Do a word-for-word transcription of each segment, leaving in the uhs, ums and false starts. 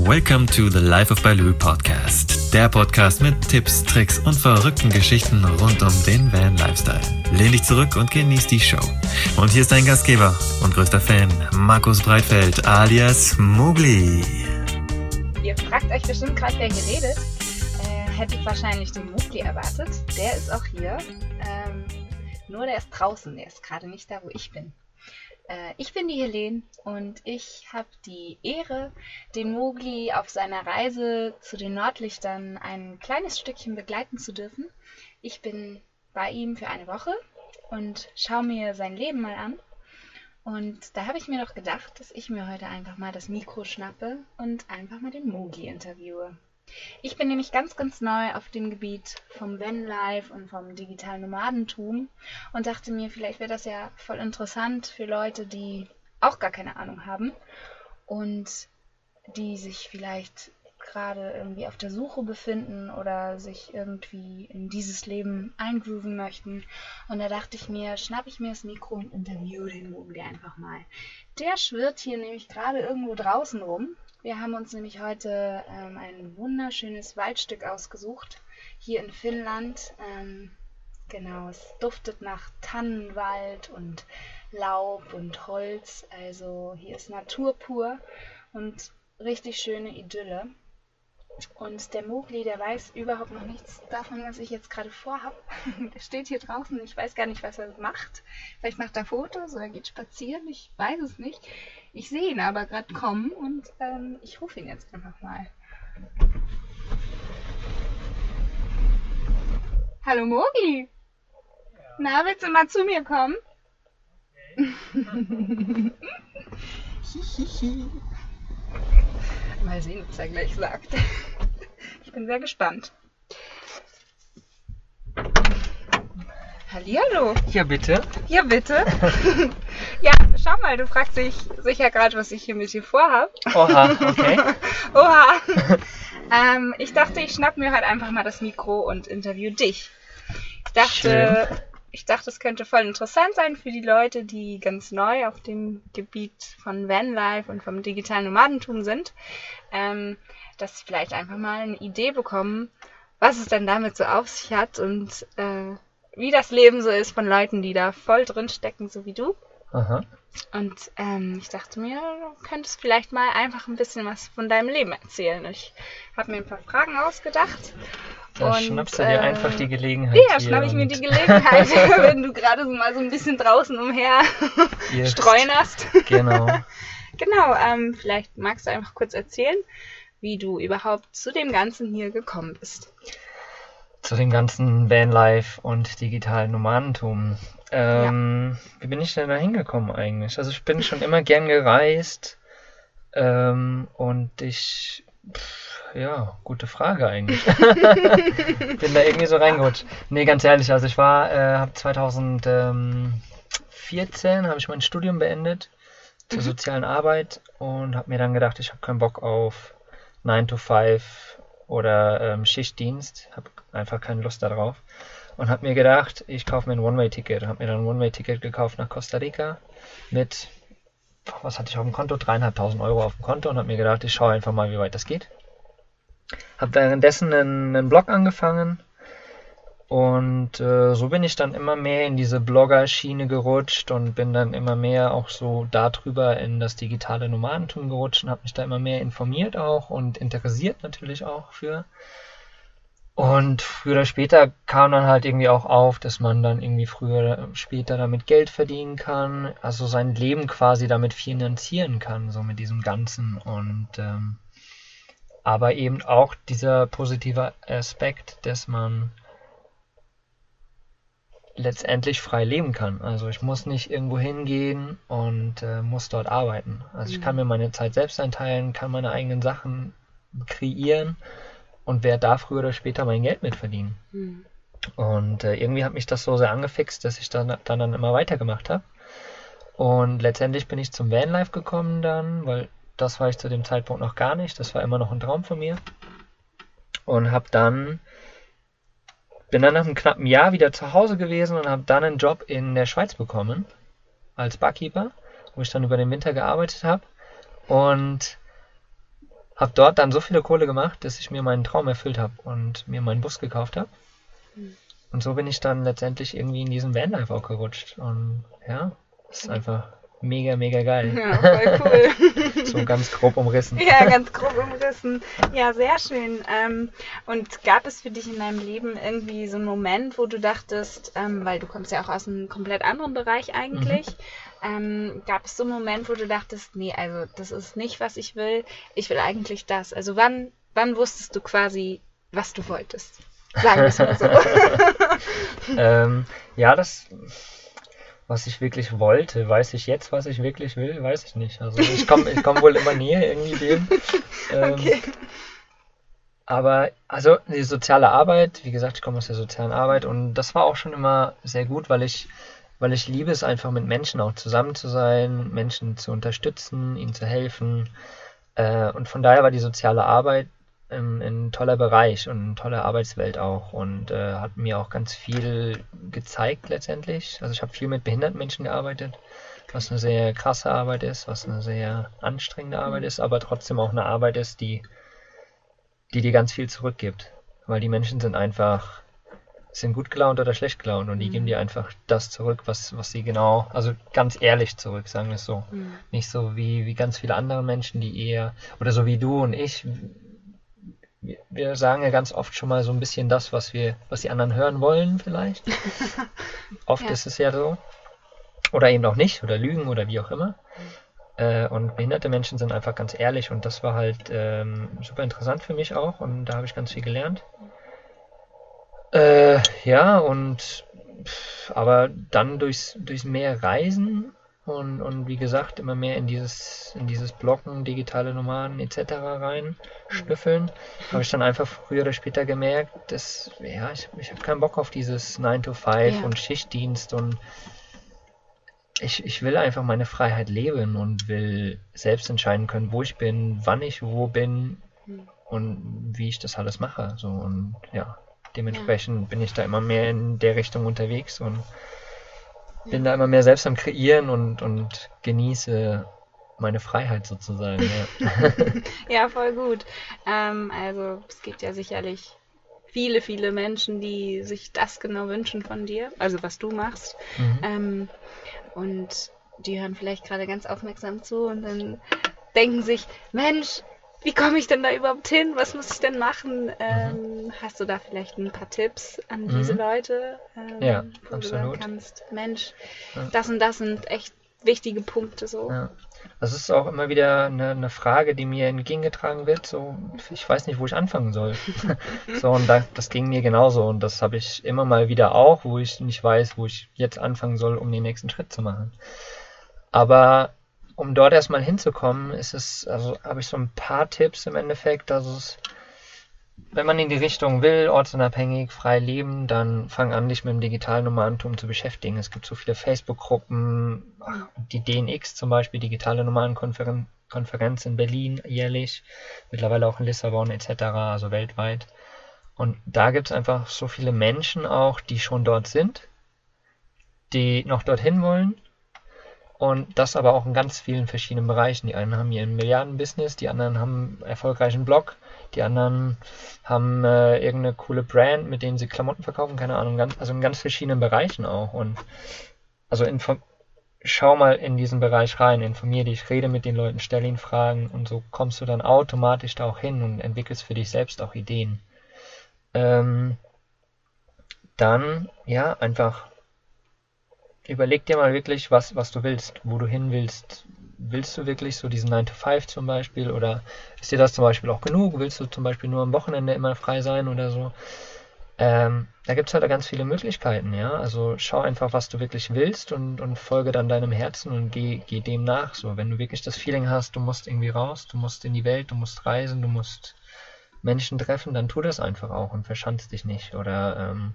Welcome to the Life of Baloo Podcast. Der Podcast mit Tipps, Tricks und verrückten Geschichten rund um den Van-Lifestyle. Lehn dich zurück und genieß die Show. Und hier ist dein Gastgeber und größter Fan, Markus Breitfeld alias Mowgli. Ihr fragt euch bestimmt gerade, wer hier redet. Äh, hättet wahrscheinlich den Mowgli erwartet. Der ist auch hier. Ähm, nur der ist draußen. Der ist gerade nicht da, wo ich bin. Ich bin die Helene und ich habe die Ehre, den Mowgli auf seiner Reise zu den Nordlichtern ein kleines Stückchen begleiten zu dürfen. Ich bin bei ihm für eine Woche und schaue mir sein Leben mal an. Und da habe ich mir doch gedacht, dass ich mir heute einfach mal das Mikro schnappe und einfach mal den Mowgli interviewe. Ich bin nämlich ganz, ganz neu auf dem Gebiet vom Vanlife und vom digitalen Nomadentum und dachte mir, vielleicht wäre das ja voll interessant für Leute, die auch gar keine Ahnung haben und die sich vielleicht gerade irgendwie auf der Suche befinden oder sich irgendwie in dieses Leben eingrooven möchten. Und da dachte ich mir, schnapp ich mir das Mikro und interviewe den Mowgli einfach mal. Der schwirrt hier nämlich gerade irgendwo draußen rum. Wir haben uns nämlich heute ähm, ein wunderschönes Waldstück ausgesucht, hier in Finnland. Ähm, genau, es duftet nach Tannenwald und Laub und Holz. Also hier ist Natur pur und richtig schöne Idylle. Und der Mowgli, der weiß überhaupt noch nichts davon, was ich jetzt gerade vorhabe. Der steht hier draußen, ich weiß gar nicht, was er macht. Vielleicht macht er Fotos oder geht spazieren, ich weiß es nicht. Ich sehe ihn aber gerade kommen und ähm, ich rufe ihn jetzt einfach mal. Hallo Mowgli! Ja. Na, willst du mal zu mir kommen? Okay. Hihihi. Mal sehen, was er gleich sagt. Ich bin sehr gespannt. Hallihallo. Ja, bitte. Ja, bitte. Ja, schau mal, du fragst dich sicher gerade, was ich hier mit dir vorhab. Oha, okay. Oha. ähm, ich dachte, ich schnapp mir halt einfach mal das Mikro und interview dich. Ich dachte... Schön. Ich dachte, es könnte voll interessant sein für die Leute, die ganz neu auf dem Gebiet von Vanlife und vom digitalen Nomadentum sind, ähm, dass sie vielleicht einfach mal eine Idee bekommen, was es denn damit so auf sich hat und äh, wie das Leben so ist von Leuten, die da voll drin stecken, so wie du. Aha. Und ähm, ich dachte mir, du könntest vielleicht mal einfach ein bisschen was von deinem Leben erzählen. Ich habe mir ein paar Fragen ausgedacht. Da und, schnappst du dir äh, einfach die Gelegenheit. Ja, schnapp ich mir die Gelegenheit, wenn du gerade so mal so ein bisschen draußen umher streunerst. Genau. Genau, ähm, vielleicht magst du einfach kurz erzählen, wie du überhaupt zu dem Ganzen hier gekommen bist. Zu dem ganzen Vanlife und digitalen Nomadentum. Ähm, ja. Wie bin ich denn da hingekommen eigentlich? Also ich bin schon immer gern gereist ähm, und ich... Pff, ja, gute Frage eigentlich. Bin da irgendwie so reingerutscht. Nee, ganz ehrlich, also ich war, äh, habe zwanzig vierzehn habe ich mein Studium beendet zur mhm. sozialen Arbeit und habe mir dann gedacht, ich habe keinen Bock auf nine to five oder ähm, Schichtdienst, habe einfach keine Lust darauf und habe mir gedacht, ich kaufe mir ein One-Way-Ticket. Habe mir dann ein One-Way-Ticket gekauft nach Costa Rica mit, was hatte ich auf dem Konto? dreieinhalbtausend Euro auf dem Konto und habe mir gedacht, ich schaue einfach mal, wie weit das geht. Habe währenddessen einen, einen Blog angefangen und äh, so bin ich dann immer mehr in diese Blogger-Schiene gerutscht und bin dann immer mehr auch so darüber in das digitale Nomadentum gerutscht und habe mich da immer mehr informiert auch und interessiert natürlich auch für. Und früher oder später kam dann halt irgendwie auch auf, dass man dann irgendwie früher oder später damit Geld verdienen kann, also sein Leben quasi damit finanzieren kann, so mit diesem Ganzen und ähm, aber eben auch dieser positive Aspekt, dass man letztendlich frei leben kann. Also ich muss nicht irgendwo hingehen und äh, muss dort arbeiten. Also ich kann mir meine Zeit selbst einteilen, kann meine eigenen Sachen kreieren und werde da früher oder später mein Geld mit verdienen. Mhm. Und äh, irgendwie hat mich das so sehr angefixt, dass ich dann, dann, dann immer weitergemacht habe. Und letztendlich bin ich zum Vanlife gekommen dann, weil das war ich zu dem Zeitpunkt noch gar nicht. Das war immer noch ein Traum von mir. Und hab dann, bin dann nach einem knappen Jahr wieder zu Hause gewesen und habe dann einen Job in der Schweiz bekommen. Als Barkeeper, wo ich dann über den Winter gearbeitet habe. Und habe dort dann so viele Kohle gemacht, dass ich mir meinen Traum erfüllt habe und mir meinen Bus gekauft habe. Mhm. Und so bin ich dann letztendlich irgendwie in diesen Vanlife auch gerutscht. Und ja, das ist einfach mega, mega geil. Ja, voll cool. So ganz grob umrissen. Ja, ganz grob umrissen. Ja, sehr schön. Ähm, und gab es für dich in deinem Leben irgendwie so einen Moment, wo du dachtest, ähm, weil du kommst ja auch aus einem komplett anderen Bereich eigentlich, mhm. ähm, gab es so einen Moment, wo du dachtest, nee, also das ist nicht, was ich will, ich will eigentlich das. Also wann, wann wusstest du quasi, was du wolltest? Sagen wir es mal so. ähm, ja, das... Was ich wirklich wollte, weiß ich jetzt, was ich wirklich will, weiß ich nicht. Also ich komme ich komm wohl immer näher irgendwie dem. Ähm, okay. Aber also die soziale Arbeit, wie gesagt, ich komme aus der sozialen Arbeit und das war auch schon immer sehr gut, weil ich, weil ich liebe es einfach mit Menschen auch zusammen zu sein, Menschen zu unterstützen, ihnen zu helfen. Äh, und von daher war die soziale Arbeit ein, ein toller Bereich und eine tolle Arbeitswelt auch und äh, hat mir auch ganz viel gezeigt letztendlich. Also ich habe viel mit behinderten Menschen gearbeitet, was eine sehr krasse Arbeit ist, was eine sehr anstrengende Arbeit ist, aber trotzdem auch eine Arbeit ist, die, die dir ganz viel zurückgibt. Weil die Menschen sind einfach, sind gut gelaunt oder schlecht gelaunt und die mhm. geben dir einfach das zurück, was, was sie genau, also ganz ehrlich zurück, sagen wir es so. Mhm. Nicht so wie, wie ganz viele andere Menschen, die eher, oder so wie du und ich, wir sagen ja ganz oft schon mal so ein bisschen das, was wir, was die anderen hören wollen vielleicht. Oft ja. ist es ja so. Oder eben auch nicht, oder lügen oder wie auch immer. Äh, und behinderte Menschen sind einfach ganz ehrlich und das war halt ähm, super interessant für mich auch und da habe ich ganz viel gelernt. Äh, ja, und aber dann durchs, durchs mehr Reisen und, und wie gesagt immer mehr in dieses, in dieses Bloggen, digitale Nomaden et cetera rein schnüffeln, habe ich dann einfach früher oder später gemerkt, dass ja, ich, ich habe keinen Bock auf dieses nine to five ja. und Schichtdienst und ich, ich will einfach meine Freiheit leben und will selbst entscheiden können, wo ich bin, wann ich wo bin und wie ich das alles mache. So und ja, dementsprechend ja. bin ich da immer mehr in der Richtung unterwegs und bin da immer mehr selbst am Kreieren und, und genieße meine Freiheit sozusagen. Ja, ja voll gut. Ähm, also es gibt ja sicherlich viele, viele Menschen, die sich das genau wünschen von dir, also was du machst. Mhm. Ähm, und die hören vielleicht gerade ganz aufmerksam zu und dann denken sich, Mensch, wie komme ich denn da überhaupt hin? Was muss ich denn machen? Ähm, mhm. Hast du da vielleicht ein paar Tipps an mhm. diese Leute, ähm, ja, wo absolut. du sagen kannst, Mensch, ja. das und das sind echt wichtige Punkte so. Ja. Das ist auch immer wieder eine, eine Frage, die mir entgegengetragen wird. So, ich weiß nicht, wo ich anfangen soll. So und da, das ging mir genauso und das habe ich immer mal wieder auch, wo ich nicht weiß, wo ich jetzt anfangen soll, um den nächsten Schritt zu machen. Aber um dort erstmal hinzukommen, ist es, also habe ich so ein paar Tipps im Endeffekt, dass es, wenn man in die Richtung will, ortsunabhängig, frei leben, dann fang an, dich mit dem digitalen Nomadentum zu beschäftigen. Es gibt so viele Facebook-Gruppen, die D N X zum Beispiel, digitale Nomadenkonferenz in Berlin jährlich, mittlerweile auch in Lissabon et cetera, also weltweit. Und da gibt es einfach so viele Menschen auch, die schon dort sind, die noch dorthin wollen. Und das aber auch in ganz vielen verschiedenen Bereichen. Die einen haben ihren Milliarden-Business, die anderen haben einen erfolgreichen Blog, die anderen haben äh, irgendeine coole Brand, mit denen sie Klamotten verkaufen, keine Ahnung, ganz, also in ganz verschiedenen Bereichen auch. Und also info- schau mal in diesen Bereich rein, informier dich, rede mit den Leuten, stell ihnen Fragen und so kommst du dann automatisch da auch hin und entwickelst für dich selbst auch Ideen. Ähm, dann, ja, einfach überleg dir mal wirklich, was, was du willst, wo du hin willst. Willst du wirklich so diesen nine to five zum Beispiel oder ist dir das zum Beispiel auch genug? Willst du zum Beispiel nur am Wochenende immer frei sein oder so? Ähm, da gibt es halt ganz viele Möglichkeiten, ja. Also schau einfach, was du wirklich willst und, und folge dann deinem Herzen und geh, geh dem nach. So, wenn du wirklich das Feeling hast, du musst irgendwie raus, du musst in die Welt, du musst reisen, du musst Menschen treffen, dann tu das einfach auch und verschanz dich nicht. Oder ähm,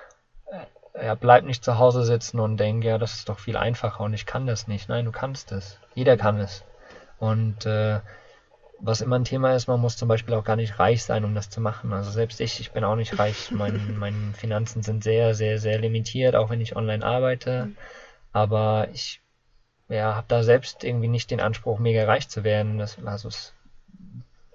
ja, bleib nicht zu Hause sitzen und denk, ja, das ist doch viel einfacher und ich kann das nicht. Nein, du kannst es. Jeder kann es. Und äh, was immer ein Thema ist, man muss zum Beispiel auch gar nicht reich sein, um das zu machen. Also selbst ich, ich bin auch nicht reich. Mein, meine Finanzen sind sehr, sehr, sehr limitiert, auch wenn ich online arbeite. Aber ich ja, habe da selbst irgendwie nicht den Anspruch, mega reich zu werden. Das, also es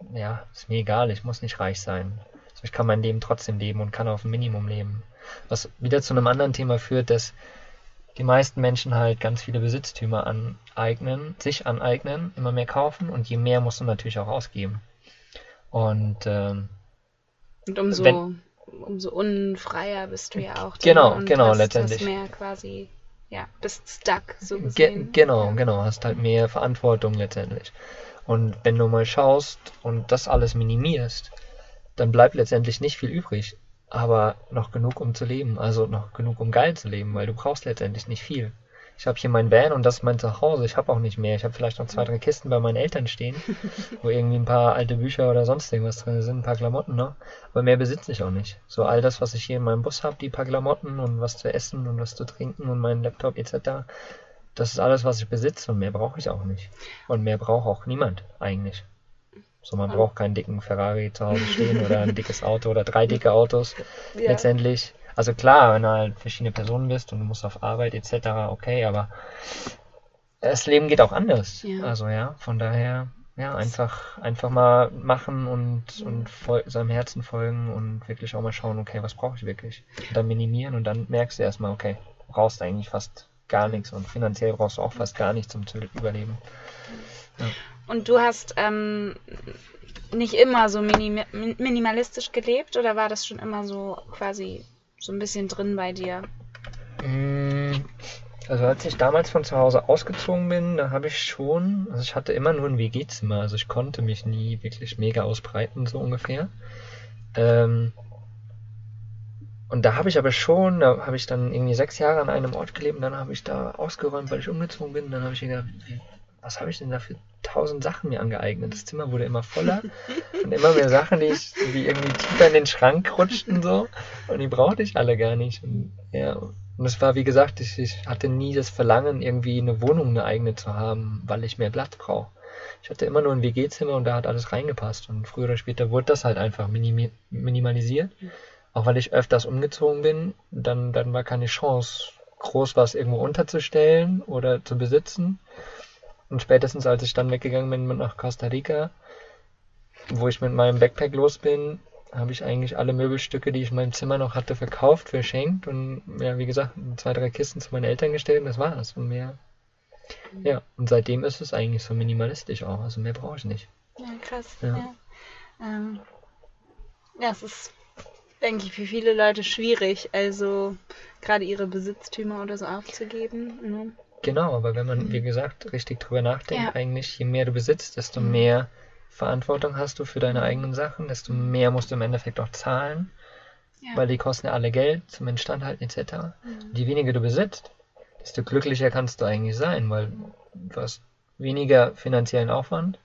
ja, ist mir egal, ich muss nicht reich sein. Also ich kann mein Leben trotzdem leben und kann auf ein Minimum leben. Was wieder zu einem anderen Thema führt, dass die meisten Menschen halt ganz viele Besitztümer aneignen, sich aneignen, immer mehr kaufen und je mehr musst du natürlich auch ausgeben. Und, ähm, und umso, wenn, umso unfreier bist du ja auch. Genau, und genau, hast, letztendlich. Hast mehr quasi, ja, bist stuck, so Ge gesehen. genau, ja. genau, hast halt mehr Verantwortung letztendlich. Und wenn du mal schaust und das alles minimierst, dann bleibt letztendlich nicht viel übrig, aber noch genug, um zu leben, also noch genug, um geil zu leben, weil du brauchst letztendlich nicht viel. Ich habe hier mein Van und das ist mein Zuhause, ich habe auch nicht mehr. Ich habe vielleicht noch zwei, drei Kisten bei meinen Eltern stehen, wo irgendwie ein paar alte Bücher oder sonst irgendwas drin sind, ein paar Klamotten noch, aber mehr besitze ich auch nicht. So all das, was ich hier in meinem Bus habe, die paar Klamotten und was zu essen und was zu trinken und meinen Laptop et cetera, das ist alles, was ich besitze und mehr brauche ich auch nicht. Und mehr braucht auch niemand eigentlich. So, man braucht keinen dicken Ferrari zu Hause stehen oder ein dickes Auto oder drei dicke Autos. Ja. Letztendlich, also klar, wenn du halt verschiedene Personen bist und du musst auf Arbeit et cetera, okay, aber das Leben geht auch anders. Ja. Also ja, von daher, ja, einfach, einfach mal machen und, ja. und seinem Herzen folgen und wirklich auch mal schauen, okay, was brauche ich wirklich? Und dann minimieren und dann merkst du erstmal, okay, du brauchst eigentlich fast gar nichts und finanziell brauchst du auch fast gar nichts zum Überleben. Ja. Und du hast ähm, nicht immer so minim minimalistisch gelebt oder war das schon immer so quasi so ein bisschen drin bei dir? Also als ich damals von zu Hause ausgezogen bin, da habe ich schon, also ich hatte immer nur ein W G-Zimmer, also ich konnte mich nie wirklich mega ausbreiten, so ungefähr. Ähm, und da habe ich aber schon, da habe ich dann irgendwie sechs Jahre an einem Ort gelebt und dann habe ich da ausgeräumt, weil ich umgezogen bin. Und dann habe ich gedacht, was habe ich denn da für tausend Sachen mir angeeignet? Das Zimmer wurde immer voller und immer mehr Sachen, die, ich, die irgendwie tiefer in den Schrank rutschten so und die brauchte ich alle gar nicht. Und ja, und es war, wie gesagt, ich, ich hatte nie das Verlangen, irgendwie eine Wohnung, eine eigene zu haben, weil ich mehr Platz brauche. Ich hatte immer nur ein W G-Zimmer und da hat alles reingepasst und früher oder später wurde das halt einfach minimi minimalisiert. Auch weil ich öfters umgezogen bin, dann, dann war keine Chance, groß was irgendwo unterzustellen oder zu besitzen. Und spätestens als ich dann weggegangen bin nach Costa Rica, wo ich mit meinem Backpack los bin, habe ich eigentlich alle Möbelstücke, die ich in meinem Zimmer noch hatte, verkauft, verschenkt und ja, wie gesagt, zwei, drei Kisten zu meinen Eltern gestellt und das war's. Und mehr. Ja, und seitdem ist es eigentlich so minimalistisch auch, also mehr brauche ich nicht. Ja, krass. Ja, ja. Ähm, ja es ist, denke ich, für viele Leute schwierig, also gerade ihre Besitztümer oder so aufzugeben. Ne? Genau, aber wenn man, wie gesagt, richtig drüber nachdenkt, Ja. eigentlich, je mehr du besitzt, desto Mhm. mehr Verantwortung hast du für deine eigenen Sachen, desto mehr musst du im Endeffekt auch zahlen, Ja. weil die kosten ja alle Geld zum Instandhalten et cetera. Mhm. Je weniger du besitzt, desto glücklicher kannst du eigentlich sein, weil du hast weniger finanziellen Aufwand,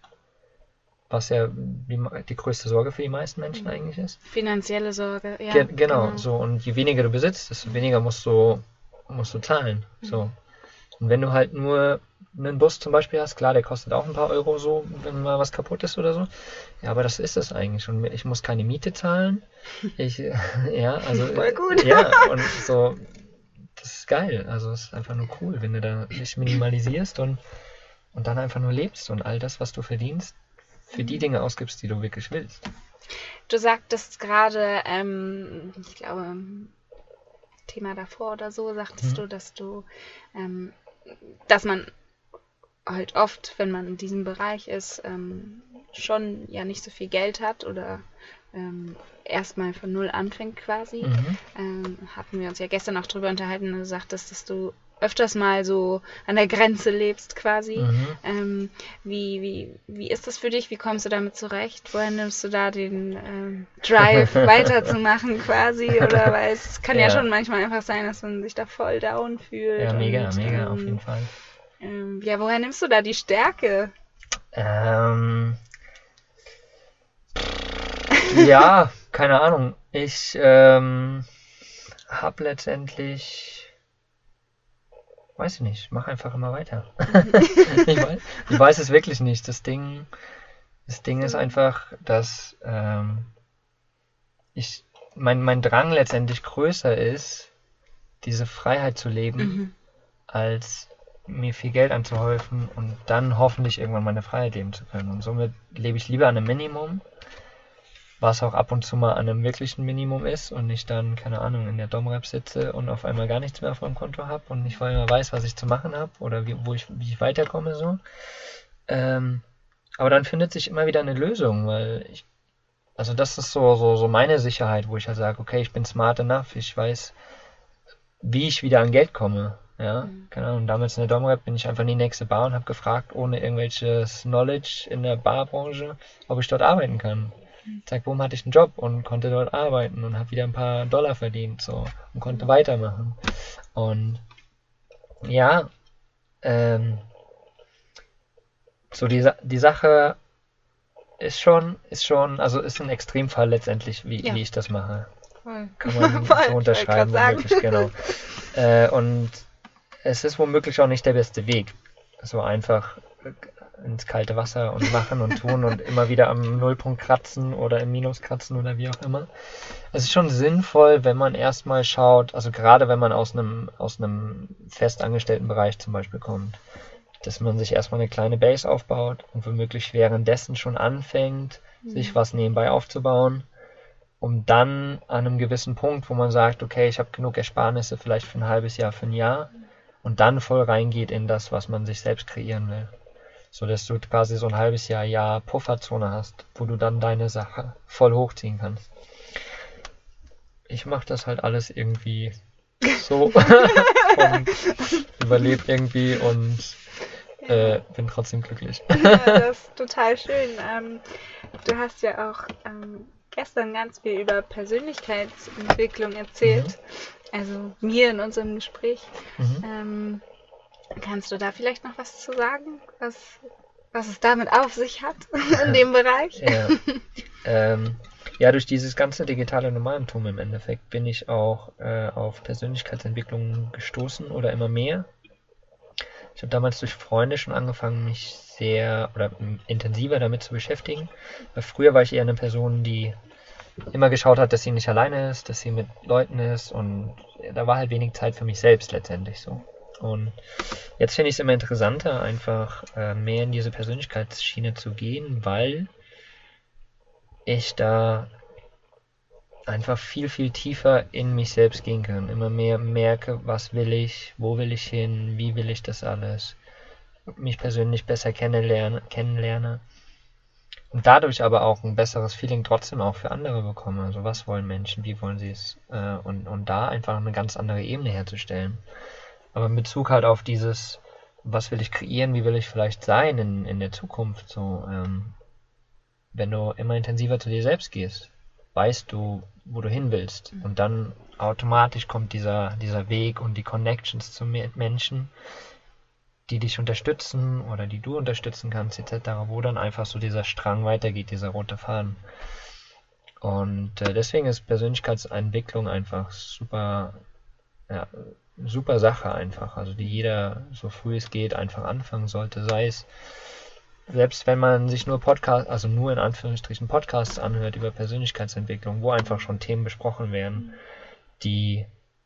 was ja die, die größte Sorge für die meisten Menschen Mhm. eigentlich ist. Finanzielle Sorge, ja. Ge genau, so, und je weniger du besitzt, desto weniger musst du, musst du zahlen, so. Und wenn du halt nur einen Bus zum Beispiel hast, klar, der kostet auch ein paar Euro so, wenn mal was kaputt ist oder so. Ja, aber das ist es eigentlich. Und ich muss keine Miete zahlen. Ich, ja, also. Voll gut. Ja, und so, das ist geil. Also, es ist einfach nur cool, wenn du da dich minimalisierst und, und dann einfach nur lebst und all das, was du verdienst, für die Dinge ausgibst, die du wirklich willst. Du sagtest gerade, ähm, ich glaube, im Thema davor oder so, sagtest Mhm. du, dass du, ähm, dass man halt oft, wenn man in diesem Bereich ist, ähm, schon ja nicht so viel Geld hat oder ähm, erstmal von null anfängt quasi. Mhm. Ähm, hatten wir uns ja gestern auch drüber unterhalten und du sagtest, dass du öfters mal so an der Grenze lebst quasi. Mhm. Ähm, wie, wie, wie ist das für dich? Wie kommst du damit zurecht? Woher nimmst du da den ähm, Drive weiterzumachen quasi? Oder weil es kann ja. Ja. schon manchmal einfach sein, dass man sich da voll down fühlt. Ja, mega, und, mega, ähm, auf jeden Fall. Ähm, ja, woher nimmst du da die Stärke? Ähm, ja, keine Ahnung. Ich ähm, habe letztendlich, weiß ich nicht, mach einfach immer weiter. ich, weiß, ich weiß es wirklich nicht. Das Ding, das Ding ist einfach, dass ähm, ich mein, mein Drang letztendlich größer ist, diese Freiheit zu leben, Mhm. als mir viel Geld anzuhäufen und dann hoffentlich irgendwann meine Freiheit leben zu können. Und somit lebe ich lieber an einem Minimum, was auch ab und zu mal an einem wirklichen Minimum ist und ich dann, keine Ahnung, in der Domrep sitze und auf einmal gar nichts mehr auf meinem Konto habe und nicht vor allem weiß, was ich zu machen habe oder wie, wo ich, wie ich weiterkomme so. Ähm, aber dann findet sich immer wieder eine Lösung, weil ich, also das ist so, so, so meine Sicherheit, wo ich halt sage, okay, ich bin smart enough, ich weiß, wie ich wieder an Geld komme. Ja, mhm. Keine Ahnung, damals in der Domrep bin ich einfach in die nächste Bar und habe gefragt, ohne irgendwelches Knowledge in der Barbranche, ob ich dort arbeiten kann. Mhm. Zack, boom, hatte ich einen Job und konnte dort arbeiten und habe wieder ein paar Dollar verdient so und konnte mhm. weitermachen. Und ja, ähm, so die, die Sache ist schon, ist schon, also ist ein Extremfall letztendlich, wie, ja. wie ich das mache. Voll. Kann man Voll, so unterschreiben, womöglich, genau. Äh, und es ist womöglich auch nicht der beste Weg. So einfach ins kalte Wasser und machen und tun und immer wieder am Nullpunkt kratzen oder im Minus kratzen oder wie auch immer. Es ist schon sinnvoll, wenn man erstmal schaut, also gerade wenn man aus einem, aus einem festangestellten Bereich zum Beispiel kommt, dass man sich erstmal eine kleine Base aufbaut und womöglich währenddessen schon anfängt, mhm. sich was nebenbei aufzubauen, um dann an einem gewissen Punkt, wo man sagt, okay, ich habe genug Ersparnisse vielleicht für ein halbes Jahr, für ein Jahr, und dann voll reingeht in das, was man sich selbst kreieren will. So dass du quasi so ein halbes Jahr, Jahr Pufferzone hast, wo du dann deine Sache voll hochziehen kannst. Ich mache das halt alles irgendwie so und überlebe irgendwie und äh, bin trotzdem glücklich. Ja, das ist total schön. Ähm, du hast ja auch ähm, gestern ganz viel über Persönlichkeitsentwicklung erzählt. Mhm. Also mir in unserem Gespräch. Mhm. Ähm, kannst du da vielleicht noch was zu sagen, was, was es damit auf sich hat in dem Bereich? Ja. ähm, ja, durch dieses ganze digitale Nomadentum im Endeffekt bin ich auch äh, auf Persönlichkeitsentwicklung gestoßen oder immer mehr. Ich habe damals durch Freunde schon angefangen, mich sehr oder intensiver damit zu beschäftigen. Weil früher war ich eher eine Person, die immer geschaut hat, dass sie nicht alleine ist, dass sie mit Leuten ist und da war halt wenig Zeit für mich selbst letztendlich so. Und jetzt finde ich es immer interessanter, einfach äh, mehr in diese Persönlichkeitsschiene zu gehen, weil ich da einfach viel, viel tiefer in mich selbst gehen kann. Immer mehr merke, was will ich, wo will ich hin, wie will ich das alles, mich persönlich besser kennenlerne, kennenlerne. Und dadurch aber auch ein besseres Feeling trotzdem auch für andere bekomme. Also was wollen Menschen, wie wollen sie es? Äh, und, und da einfach eine ganz andere Ebene herzustellen. Aber in Bezug halt auf dieses, was will ich kreieren, wie will ich vielleicht sein in, in der Zukunft. So, ähm, wenn du immer intensiver zu dir selbst gehst, weißt du, wo du hin willst. Und dann automatisch kommt dieser, dieser Weg und die Connections zu Menschen, die dich unterstützen oder die du unterstützen kannst, et cetera, wo dann einfach so dieser Strang weitergeht, dieser rote Faden. Und äh, deswegen ist Persönlichkeitsentwicklung einfach super, ja, super Sache einfach, also die jeder, so früh es geht, einfach anfangen sollte, sei es, selbst wenn man sich nur Podcast, also nur in Anführungsstrichen Podcasts anhört über Persönlichkeitsentwicklung, wo einfach schon Themen besprochen werden, die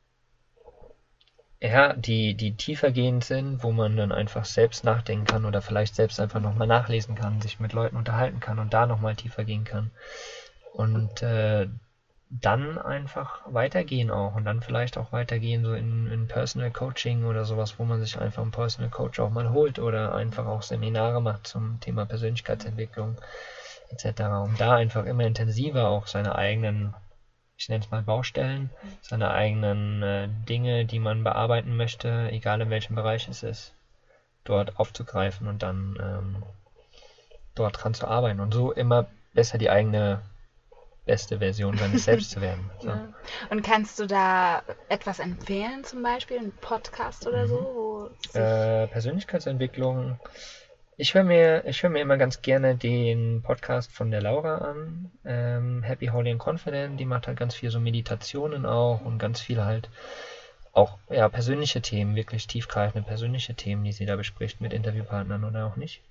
Ja, die, die tiefergehend sind, wo man dann einfach selbst nachdenken kann oder vielleicht selbst einfach nochmal nachlesen kann, sich mit Leuten unterhalten kann und da nochmal tiefer gehen kann. Und äh, dann einfach weitergehen auch und dann vielleicht auch weitergehen so in, in Personal Coaching oder sowas, wo man sich einfach einen Personal Coach auch mal holt oder einfach auch Seminare macht zum Thema Persönlichkeitsentwicklung et cetera, um da einfach immer intensiver auch seine eigenen, ich nenne es mal Baustellen, seine eigenen äh, Dinge, die man bearbeiten möchte, egal in welchem Bereich es ist, dort aufzugreifen und dann ähm, dort dran zu arbeiten und so immer besser die eigene beste Version seines Selbst zu werden. So. Ja. Und kannst du da etwas empfehlen, zum Beispiel einen Podcast oder so? Wo äh, Persönlichkeitsentwicklung. Ich höre mir, ich höre mir immer ganz gerne den Podcast von der Laura an, ähm, Happy, Holy and Confident. Die macht halt ganz viel so Meditationen auch und ganz viel halt auch ja persönliche Themen, wirklich tiefgreifende persönliche Themen, die sie da bespricht mit Interviewpartnern oder auch nicht.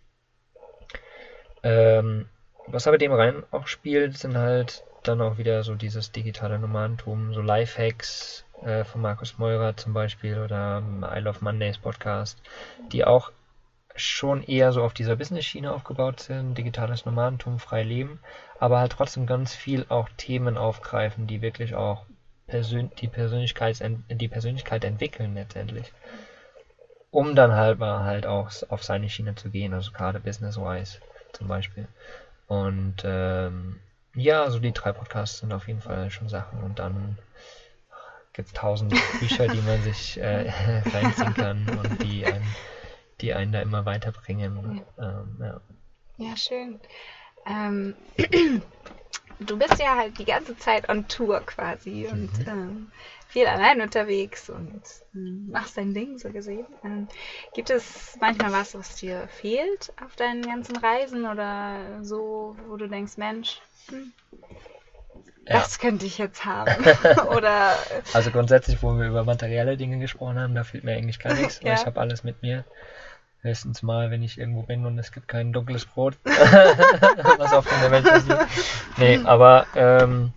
Ähm, was aber dem rein auch spielt, sind halt dann auch wieder so dieses digitale Nomadentum, so Lifehacks äh, von Markus Meurer zum Beispiel oder ähm, I Love Mondays Podcast, die auch schon eher so auf dieser Business-Schiene aufgebaut sind, digitales Nomadentum, frei leben, aber halt trotzdem ganz viel auch Themen aufgreifen, die wirklich auch Persön die, Persönlichkeits die Persönlichkeit entwickeln letztendlich, um dann halt mal halt auch auf seine Schiene zu gehen, also gerade Business-wise zum Beispiel. Und ähm, ja, so die drei Podcasts sind auf jeden Fall schon Sachen. Und dann gibt es tausend Bücher, die man sich äh, reinziehen kann und die einen, die einen da immer weiterbringen. Ähm, ja. Ja, schön. Ähm, du bist ja halt die ganze Zeit on Tour quasi und Mhm. ähm, viel allein unterwegs und ähm, machst dein Ding so gesehen. Ähm, gibt es manchmal was, was dir fehlt auf deinen ganzen Reisen oder so, wo du denkst, Mensch, hm, Ja. das könnte ich jetzt haben? Oder Also grundsätzlich, wo wir über materielle Dinge gesprochen haben, da fehlt mir eigentlich gar nichts, weil Ja. ich habe alles mit mir. Höchstens mal, wenn ich irgendwo bin und es gibt kein dunkles Brot, was oft in der Welt passiert. Nee, aber ähm,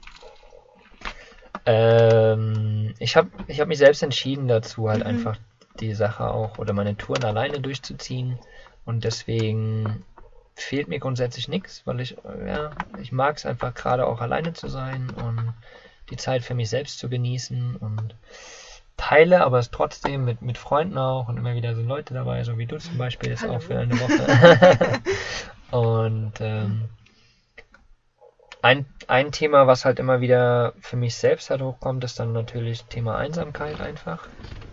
ähm, ich habe ich hab mich selbst entschieden dazu, halt Mhm. einfach die Sache auch oder meine Touren alleine durchzuziehen. Und deswegen fehlt mir grundsätzlich nichts, weil ich, äh, ja, ich mag es einfach gerade auch alleine zu sein und die Zeit für mich selbst zu genießen und teile, aber es trotzdem mit, mit Freunden auch und immer wieder sind Leute dabei, so wie du zum Beispiel jetzt Hallo. auch für eine Woche. Und ähm, ein, ein Thema, was halt immer wieder für mich selbst halt hochkommt, ist dann natürlich Thema Einsamkeit einfach.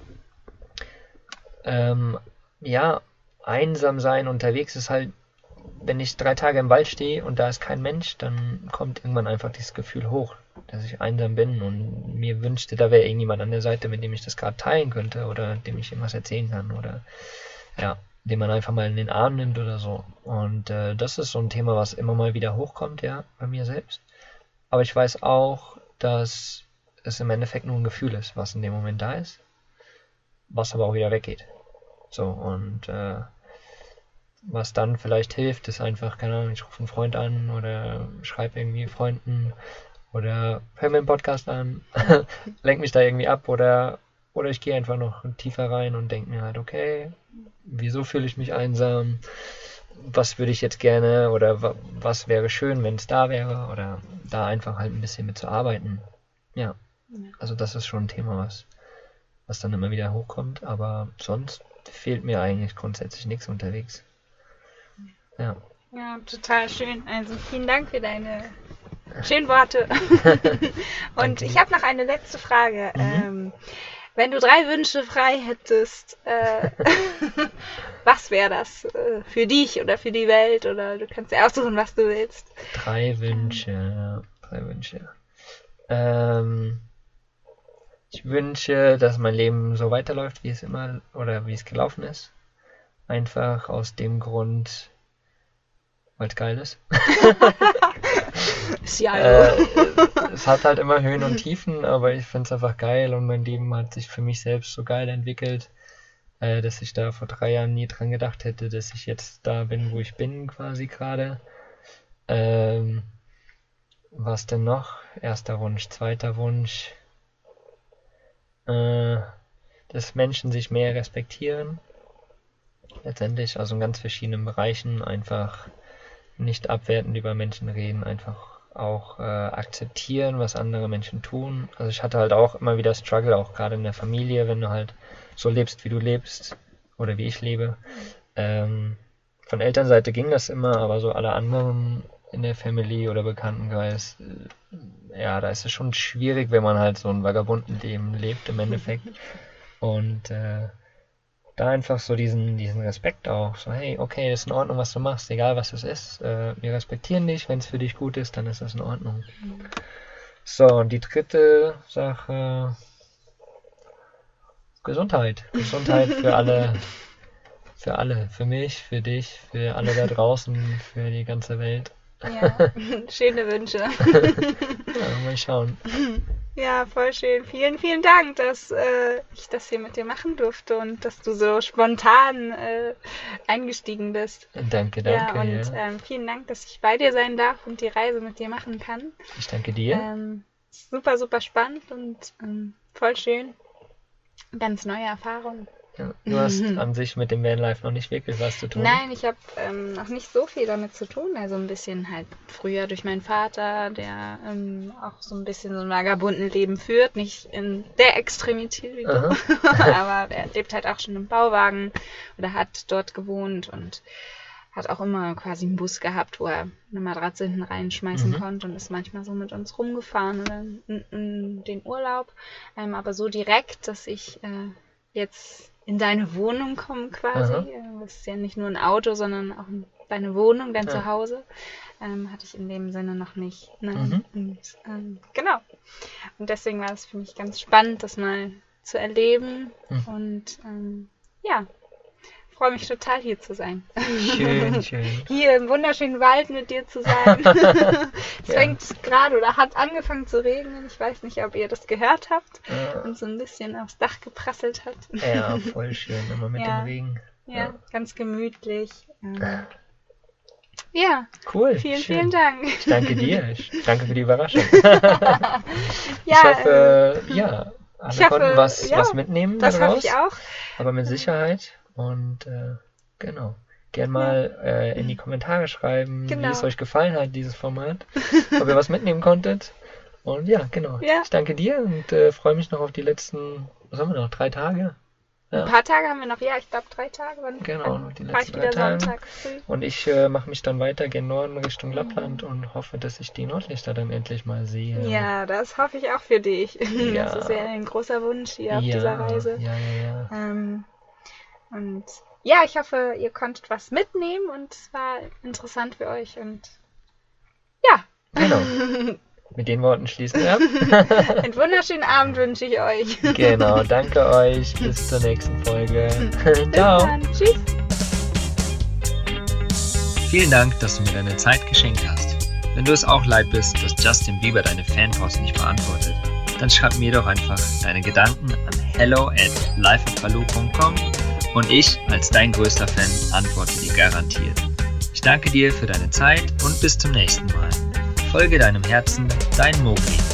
Ähm, ja, einsam sein unterwegs ist halt, wenn ich drei Tage im Wald stehe und da ist kein Mensch, dann kommt irgendwann einfach dieses Gefühl hoch, dass ich einsam bin und mir wünschte, da wäre irgendjemand an der Seite, mit dem ich das gerade teilen könnte oder dem ich irgendwas erzählen kann oder ja, den man einfach mal in den Arm nimmt oder so. Und äh, das ist so ein Thema, was immer mal wieder hochkommt, ja, bei mir selbst. Aber ich weiß auch, dass es im Endeffekt nur ein Gefühl ist, was in dem Moment da ist, was aber auch wieder weggeht. So, und äh, was dann vielleicht hilft, ist einfach, keine Ahnung, ich rufe einen Freund an oder schreibe irgendwie Freunden oder höre mir einen Podcast an, lenk mich da irgendwie ab oder, oder ich gehe einfach noch tiefer rein und denke mir halt, okay, wieso fühle ich mich einsam? Was würde ich jetzt gerne oder wa- was wäre schön, wenn es da wäre oder da einfach halt ein bisschen mit zu arbeiten. Ja, Ja. also das ist schon ein Thema, was, was dann immer wieder hochkommt, aber sonst fehlt mir eigentlich grundsätzlich nichts unterwegs. Ja. Ja, total schön. Also vielen Dank für deine schönen Worte. Und Danke. ich habe noch eine letzte Frage. Mhm. Ähm, wenn du drei Wünsche frei hättest, äh, was wäre das äh, für dich oder für die Welt? Oder du kannst dir aussuchen, was du willst. Drei Wünsche, ja, drei Wünsche. Ähm, ich wünsche, dass mein Leben so weiterläuft, wie es immer oder wie es gelaufen ist. Einfach aus dem Grund, weil es geil ist. Ja, Äh, es hat halt immer Höhen und Tiefen, aber ich finde es einfach geil und mein Leben hat sich für mich selbst so geil entwickelt, äh, dass ich da vor drei Jahren nie dran gedacht hätte, dass ich jetzt da bin, wo ich bin, quasi gerade. Ähm, was denn noch? Erster Wunsch, zweiter Wunsch. Äh, dass Menschen sich mehr respektieren. Letztendlich, also in ganz verschiedenen Bereichen, einfach nicht abwertend über Menschen reden, einfach auch äh, akzeptieren, was andere Menschen tun. Also ich hatte halt auch immer wieder Struggle, auch gerade in der Familie, wenn du halt so lebst, wie du lebst oder wie ich lebe. Ähm, von Elternseite ging das immer, aber so alle anderen in der Family oder Bekanntenkreis, äh, ja, da ist es schon schwierig, wenn man halt so ein Vagabundenleben lebt im Endeffekt. Und äh, da einfach so diesen, diesen Respekt auch, so hey, okay, das ist in Ordnung, was du machst, egal was es ist, äh, wir respektieren dich, wenn es für dich gut ist, dann ist das in Ordnung. So, und die dritte Sache, Gesundheit. Gesundheit für alle, für alle, für mich, für dich, für alle da draußen, für die ganze Welt. ja, schöne Wünsche. Ja, mal schauen. Ja, voll schön. Vielen, vielen Dank, dass äh, ich das hier mit dir machen durfte und dass du so spontan äh, eingestiegen bist. Danke, danke. Ja, und Ja. ähm, vielen Dank, dass ich bei dir sein darf und die Reise mit dir machen kann. Ich danke dir. Ähm, super, super spannend und ähm, voll schön. Ganz neue Erfahrungen. Ja, du hast an sich mit dem Vanlife noch nicht wirklich was zu tun. Nein, ich habe ähm, noch nicht so viel damit zu tun. Also ein bisschen halt früher durch meinen Vater, der ähm, auch so ein bisschen so ein vagabunden Leben führt. Nicht in der Extremität wie du, aber er lebt halt auch schon im Bauwagen oder hat dort gewohnt und hat auch immer quasi einen Bus gehabt, wo er eine Matratze hinten reinschmeißen mhm. konnte und ist manchmal so mit uns rumgefahren oder in, in den Urlaub. Ähm, aber so direkt, dass ich äh, jetzt in deine Wohnung komme quasi. Aha. Das ist ja nicht nur ein Auto, sondern auch deine Wohnung, dein ja. Zuhause. Ähm, hatte ich in dem Sinne noch nicht. Ne? Mhm. Und, ähm, genau. Und deswegen war es für mich ganz spannend, das mal zu erleben. Mhm. Und ähm, ja, freue mich total, hier zu sein. Schön, schön. Hier im wunderschönen Wald mit dir zu sein. Es ja. fängt gerade oder hat angefangen zu regnen. Ich weiß nicht, ob ihr das gehört habt. Ja. Und so ein bisschen aufs Dach geprasselt hat. Ja, voll schön, immer mit ja. dem Regen. Ja, ja, ganz gemütlich. Ähm, ja, cool. Vielen, schön. vielen Dank. Ich danke dir. Ich danke für die Überraschung. ja, ich hoffe, äh, ja, alle ich hoffe, konnten was, ja, was mitnehmen das daraus. hoffe ich auch. Aber mit Sicherheit. Und äh, genau, gern mal ja. äh, in die Kommentare schreiben, genau. wie es euch gefallen hat, dieses Format, ob ihr was mitnehmen konntet. Und ja, genau. Ja. Ich danke dir und äh, freue mich noch auf die letzten, was haben wir noch, drei Tage? Ja. Ein paar Tage haben wir noch, ja, ich glaube drei Tage. Wann, genau, noch die letzten drei Tage. Und ich äh, mache mich dann weiter gen Norden Richtung Lappland mhm. und hoffe, dass ich die Nordlichter dann endlich mal sehe. Ja, das hoffe ich auch für dich. Ja. Das ist ja ein großer Wunsch hier auf ja, dieser Reise. Ja, ja, ja. Ähm, und ja, ich hoffe, ihr konntet was mitnehmen und es war interessant für euch und ja. Genau. Mit den Worten schließen wir ab. Einen wunderschönen Abend wünsche ich euch. Genau, danke euch. Bis zur nächsten Folge. Ciao. Dann. Tschüss. Vielen Dank, dass du mir deine Zeit geschenkt hast. Wenn du es auch leid bist, dass Justin Bieber deine Fanpost nicht beantwortet, dann schreib mir doch einfach deine Gedanken an hello at lifeatpalu punkt com und ich, als dein größter Fan, antworte dir garantiert. Ich danke dir für deine Zeit und bis zum nächsten Mal. Folge deinem Herzen, dein Mogli.